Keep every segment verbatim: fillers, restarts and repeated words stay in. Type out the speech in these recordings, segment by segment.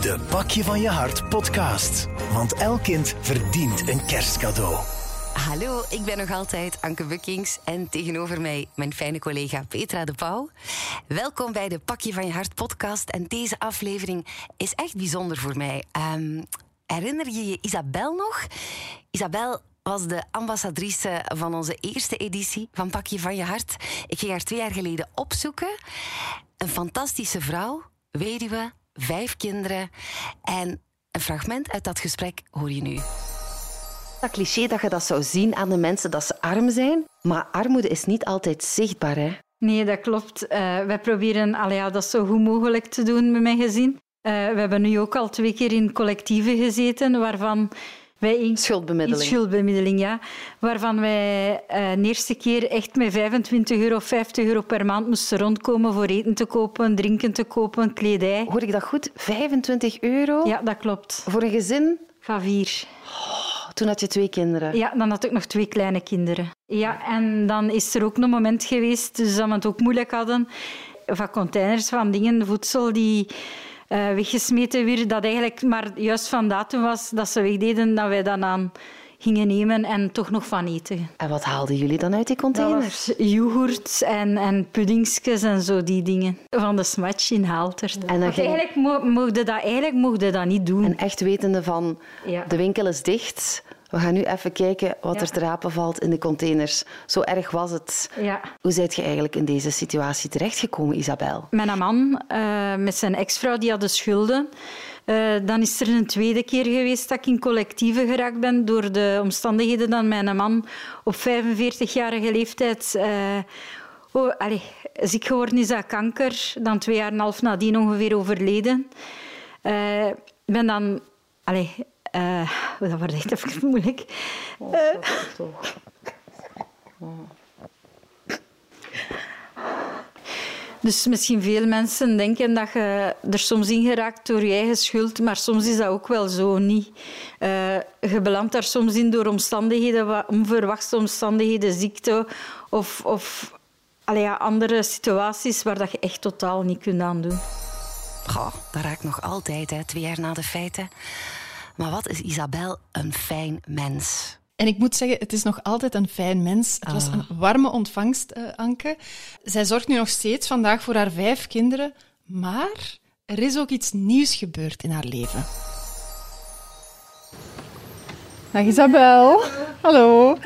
De Pakje van je Hart podcast. Want elk kind verdient een kerstcadeau. Hallo, ik ben nog altijd Anke Bukkings en tegenover mij mijn fijne collega Petra de Pauw. Welkom bij de Pakje van je Hart podcast. En deze aflevering is echt bijzonder voor mij. Um, herinner je je Isabel nog? Isabel was de ambassadrice van onze eerste editie van Pakje van je Hart. Ik ging haar twee jaar geleden opzoeken. Een fantastische vrouw, weduwe, vijf kinderen. En een fragment uit dat gesprek hoor je nu. Dat cliché dat je dat zou zien aan de mensen dat ze arm zijn. Maar armoede is niet altijd zichtbaar, hè? Nee, dat klopt. Uh, wij proberen allee, ja, dat zo goed mogelijk te doen met mijn gezin. Uh, we hebben nu ook al twee keer in collectieven gezeten, waarvan wij... In... Schuldbemiddeling. In schuldbemiddeling, ja. Waarvan wij uh, de eerste keer echt met vijfentwintig euro, vijftig euro per maand moesten rondkomen voor eten te kopen, drinken te kopen, kledij. Hoor ik dat goed? vijfentwintig euro? Ja, dat klopt. Voor een gezin? Van vier. Oh, toen had je twee kinderen. Ja, dan had ik nog twee kleine kinderen. Ja, en dan is er ook een moment geweest, dus dat we het ook moeilijk hadden, van containers, van dingen, voedsel die uh, weggesmeten werd, dat eigenlijk maar juist van datum was dat ze wegdeden, dat wij dan aan gingen nemen en toch nog van eten. En wat haalden jullie dan uit die containers? Yoghurt en, en puddingsjes en zo, die dingen. Van de Smatch in Haaltert. En dan ging... Eigenlijk mo- mochten dat, eigenlijk mochten dat niet doen. En echt wetende van, ja. De winkel is dicht. We gaan nu even kijken wat ja. er te rapen valt in de containers. Zo erg was het. Ja. Hoe zijt je eigenlijk in deze situatie terechtgekomen, Isabel? Mijn man uh, met zijn ex-vrouw, die hadden schulden. Uh, dan is er een tweede keer geweest dat ik in collectieven geraakt ben door de omstandigheden dat mijn man op vijfenveertigjarige leeftijd uh, oh, allez, ziek geworden is aan kanker. Dan twee jaar en een half nadien ongeveer overleden. Uh, ik ben dan... Allez, uh, dat wordt echt even moeilijk. Uh, oh, oh. Dus misschien veel mensen denken dat je er soms in geraakt door je eigen schuld, maar soms is dat ook wel zo niet. Uh, je belandt daar soms in door omstandigheden, onverwachte omstandigheden, ziekte of, of allee, ja, andere situaties waar dat je echt totaal niet kunt aandoen. Goh, dat raakt nog altijd, hè, twee jaar na de feiten. Maar wat is Isabel een fijn mens? En ik moet zeggen, het is nog altijd een fijn mens. Het was een warme ontvangst, uh, Anke. Zij zorgt nu nog steeds vandaag voor haar vijf kinderen. Maar er is ook iets nieuws gebeurd in haar leven. Dag Isabel. Hallo.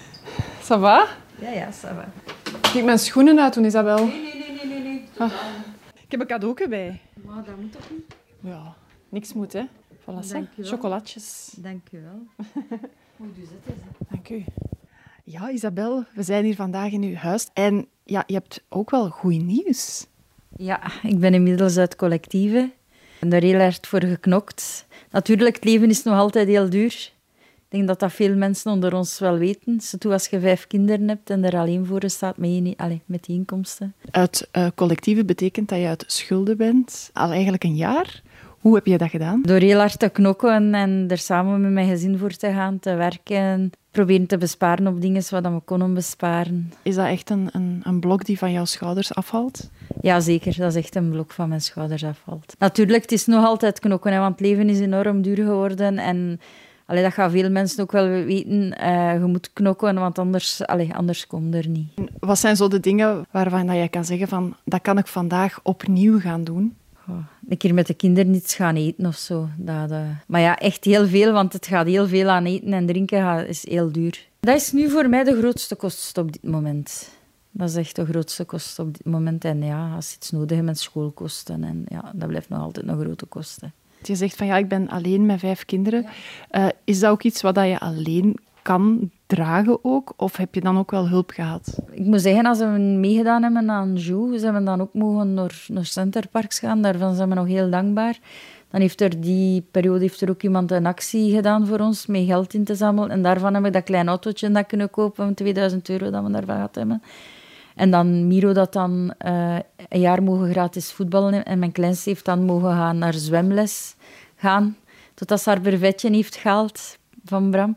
Ça va? Ja, ja, ça va. Kijk mijn schoenen uit doen, Isabel. Nee, nee, nee, nee. nee. Ah. Ik heb een cadeautje bij. Maar dat moet toch niet? Ja, niks moet, hè. Voilà, chocolatjes. Dank je wel. Moet u zitten. Dank u. Ja, Isabel, we zijn hier vandaag in uw huis. En ja, je hebt ook wel goed nieuws. Ja, ik ben inmiddels uit collectieven. Ik ben er heel hard voor geknokt. Natuurlijk, het leven is nog altijd heel duur. Ik denk dat dat veel mensen onder ons wel weten. Zoals als je vijf kinderen hebt en er alleen voor staat met, je, allez, met die inkomsten. Uit uh, collectieven betekent dat je uit schulden bent. Al eigenlijk een jaar. Hoe heb je dat gedaan? Door heel hard te knokken en er samen met mijn gezin voor te gaan, te werken. Proberen te besparen op dingen wat we konden besparen. Is dat echt een, een, een blok die van jouw schouders afvalt? Ja, zeker. Dat is echt een blok van mijn schouders afvalt. Natuurlijk, het is nog altijd knokken, hè, want het leven is enorm duur geworden. En allee, dat gaan veel mensen ook wel weten. Uh, je moet knokken, want anders, allee, anders komt er niet. Wat zijn zo de dingen waarvan dat jij kan zeggen van dat kan ik vandaag opnieuw gaan doen? Oh, een keer met de kinderen iets gaan eten of zo. Dat, uh... Maar ja, echt heel veel, want het gaat heel veel aan eten en drinken gaat, is heel duur. Dat is nu voor mij de grootste kost op dit moment. Dat is echt de grootste kost op dit moment. En ja, als je iets nodig hebt met schoolkosten, en ja, dat blijft nog altijd een grote kosten. Je zegt van ja, ik ben alleen met vijf kinderen. Ja. Uh, is dat ook iets wat je alleen kan dragen ook? Of heb je dan ook wel hulp gehad? Ik moet zeggen, als we meegedaan hebben aan Jou, zijn we dan ook mogen naar, naar Centerparks gaan. Daarvan zijn we nog heel dankbaar. Dan heeft er die periode heeft er ook iemand een actie gedaan voor ons, met geld in te zamelen. En daarvan heb ik dat klein autootje dat kunnen kopen van tweeduizend euro dat we daarvan gehad hebben. En dan Miro dat dan uh, een jaar mogen gratis voetballen. En mijn kleinste heeft dan mogen gaan naar zwemles gaan. Totdat ze haar brevetje heeft gehaald van Bram.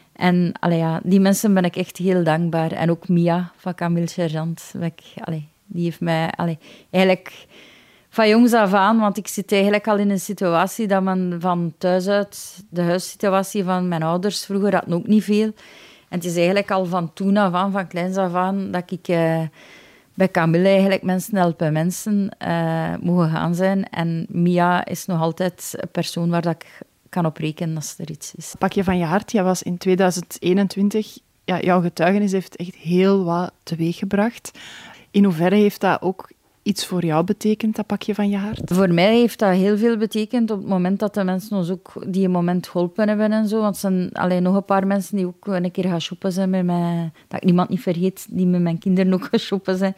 En allee, ja, die mensen ben ik echt heel dankbaar. En ook Mia van Camille Sergeant. Ik, allee, die heeft mij allee, eigenlijk van jongs af aan, want ik zit eigenlijk al in een situatie dat men van thuis uit, de huissituatie van mijn ouders vroeger had ook niet veel. En het is eigenlijk al van toen af aan, van kleins af aan, dat ik uh, bij Camille eigenlijk mensen helpen mensen uh, mogen gaan zijn. En Mia is nog altijd een persoon waar dat ik kan op rekenen als er iets is. Pakje van je hart, jij was in tweeduizend eenentwintig... Ja, jouw getuigenis heeft echt heel wat teweeggebracht. In hoeverre heeft dat ook iets voor jou betekend, dat pakje van je hart? Voor mij heeft dat heel veel betekend op het moment dat de mensen ons ook die een moment geholpen hebben en zo. Want er zijn alleen nog een paar mensen die ook een keer gaan shoppen zijn met mij. Dat ik niemand niet vergeet, die met mijn kinderen ook gaan shoppen zijn.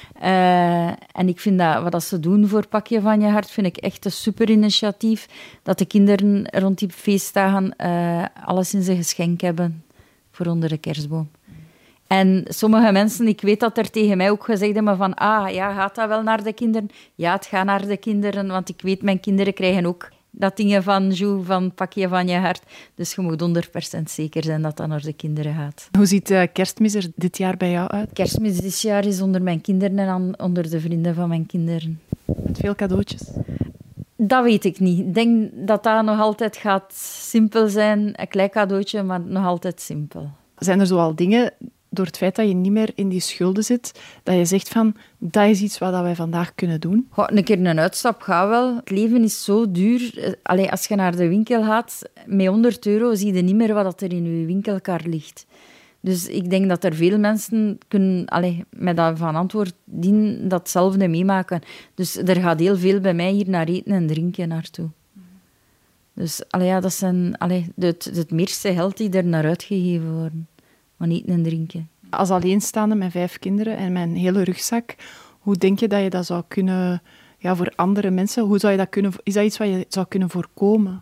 Uh, en ik vind dat, wat dat ze doen voor pakje van je hart, vind ik echt een super initiatief. Dat de kinderen rond die feestdagen uh, alles in zijn geschenk hebben voor onder de kerstboom. En sommige mensen, ik weet dat er tegen mij ook gezegd hebben van ah, ja, gaat dat wel naar de kinderen? Ja, het gaat naar de kinderen, want ik weet, mijn kinderen krijgen ook dat dingen van Jou, van pakje van je hart. Dus je moet honderd procent zeker zijn dat dat naar de kinderen gaat. Hoe ziet uh, Kerstmis er dit jaar bij jou uit? Kerstmis dit jaar is onder mijn kinderen en an, onder de vrienden van mijn kinderen. Met veel cadeautjes? Dat weet ik niet. Ik denk dat dat nog altijd gaat simpel zijn. Een klein cadeautje, maar nog altijd simpel. Zijn er zoal dingen, door het feit dat je niet meer in die schulden zit, dat je zegt van, dat is iets wat wij vandaag kunnen doen? Goh, een keer een uitstap gaat wel. Het leven is zo duur. Allee, als je naar de winkel gaat, met honderd euro zie je niet meer wat er in je winkelkar ligt. Dus ik denk dat er veel mensen kunnen, allee, met dat van antwoord dienen, datzelfde meemaken. Dus er gaat heel veel bij mij hier naar eten en drinken naartoe. Dus allee, ja, dat zijn allee, het, het meeste geld die er naar uitgegeven worden. Maar eten en drinken. Als alleenstaande met vijf kinderen en met een hele rugzak, hoe denk je dat je dat zou kunnen, ja, voor andere mensen, hoe zou je dat kunnen, is dat iets wat je zou kunnen voorkomen?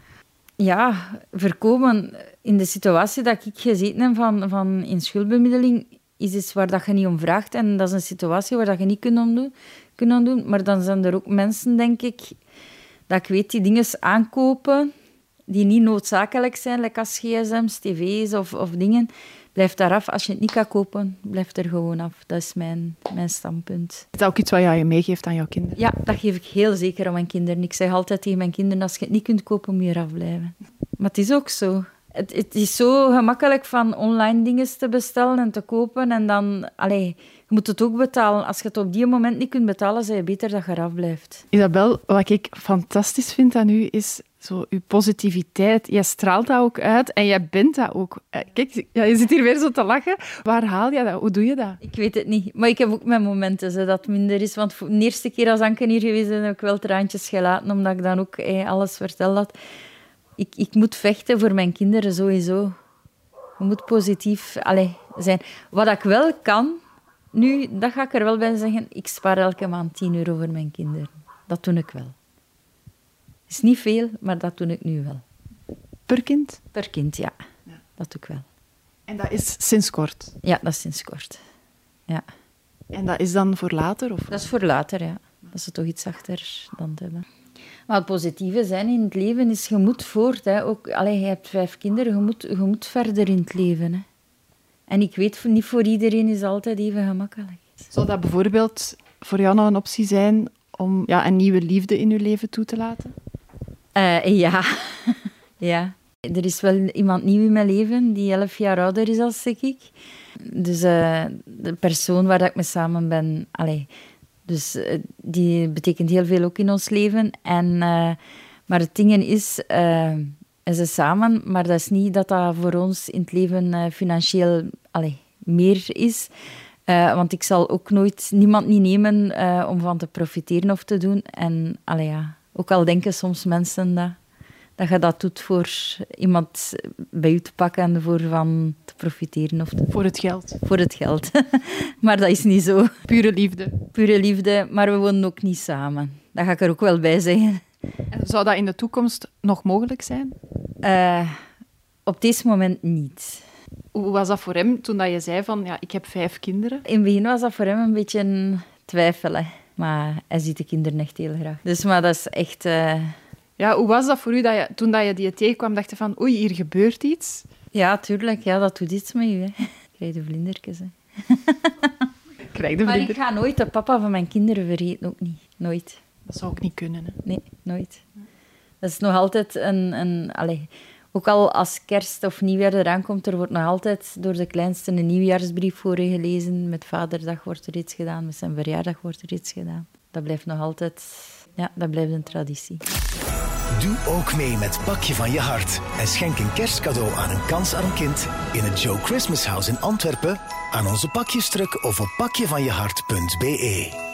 Ja, voorkomen in de situatie dat ik gezeten heb van, van in schuldbemiddeling, is iets waar dat je niet om vraagt. En dat is een situatie waar dat je niet kunt omdoen, kunt doen. Maar dan zijn er ook mensen, denk ik, dat ik weet, die dingen aankopen die niet noodzakelijk zijn, like als gsm's, tv's of, of dingen. Blijf daar af. Als je het niet kan kopen, blijf er gewoon af. Dat is mijn, mijn standpunt. Is dat ook iets wat je meegeeft aan jouw kinderen? Ja, dat geef ik heel zeker aan mijn kinderen. Ik zeg altijd tegen mijn kinderen, als je het niet kunt kopen, moet je eraf blijven. Maar het is ook zo. Het, het is zo gemakkelijk van online dingen te bestellen en te kopen. En dan, allee, je moet het ook betalen. Als je het op die moment niet kunt betalen, is het beter dat je eraf blijft. Isabel, wat ik fantastisch vind aan u, is zo uw positiviteit. Jij straalt dat ook uit en jij bent dat ook. Kijk, ja, je zit hier weer zo te lachen. Waar haal je dat? Hoe doe je dat? Ik weet het niet. Maar ik heb ook mijn momenten zo, dat het minder is. Want de eerste keer als Anke hier geweest is, heb ik wel traantjes gelaten, omdat ik dan ook eh, alles verteld had. Ik, ik moet vechten voor mijn kinderen sowieso. Je moet positief allez, zijn. Wat ik wel kan, nu, dat ga ik er wel bij zeggen, ik spaar elke maand tien euro voor mijn kinderen. Dat doe ik wel. Het is niet veel, maar dat doe ik nu wel. Per kind? Per kind, ja. ja. Dat doe ik wel. En dat is sinds kort? Ja, dat is sinds kort. Ja. En dat is dan voor later? Of? Dat is voor later, ja. Dat ze toch iets achter dan te hebben. Maar het positieve zijn in het leven is, je moet voort. Hè. Ook, allee, je hebt vijf kinderen, je moet, je moet verder in het leven. Hè. En ik weet, niet voor iedereen is het altijd even gemakkelijk. Zou dat bijvoorbeeld voor jou nog een optie zijn om ja, een nieuwe liefde in je leven toe te laten? Uh, ja. ja. Er is wel iemand nieuw in mijn leven die elf jaar ouder is dan ik. Dus uh, de persoon waar ik mee samen ben... Allee, dus uh, die betekent heel veel ook in ons leven. En, uh, maar het ding is, uh, we zijn samen, maar dat is niet dat dat voor ons in het leven uh, financieel allee, meer is. Uh, want ik zal ook nooit niemand niet nemen uh, om van te profiteren of te doen. En allee, ja, ook al denken soms mensen dat, dat je dat doet voor iemand bij je te pakken en voor van te profiteren. Of te... Voor het geld. Voor het geld. Maar dat is niet zo. Pure liefde. Pure liefde, maar we wonen ook niet samen. Dat ga ik er ook wel bij zeggen. En zou dat in de toekomst nog mogelijk zijn? Uh, op dit moment niet. Hoe was dat voor hem toen dat je zei van, ja, ik heb vijf kinderen? In het begin was dat voor hem een beetje een twijfel, hè. Maar hij ziet de kinderen echt heel graag. Dus maar dat is echt... Uh... Ja, hoe was dat voor u dat je, toen dat je die tegenkwam, dacht je van, oei, hier gebeurt iets? Ja, tuurlijk. Ja, dat doet iets met u, hè. Ik krijg de vlindertjes, hè. Krijg de maar vlinder. ik ga nooit de papa van mijn kinderen vergeten, ook niet. Nooit. Dat zou ook niet kunnen. Hè? Nee, nooit. Dat is nog altijd een... een allez, ook al als kerst of nieuwjaar eraan komt, er wordt nog altijd door de kleinste een nieuwjaarsbrief voor je gelezen. Met vaderdag wordt er iets gedaan, met zijn verjaardag wordt er iets gedaan. Dat blijft nog altijd... Ja, dat blijft een traditie. Doe ook mee met Pakje van je Hart en schenk een kerstcadeau aan een kansarm kind in het Joe Christmas House in Antwerpen, aan onze pakjestruk of op pakjevanjehart punt be.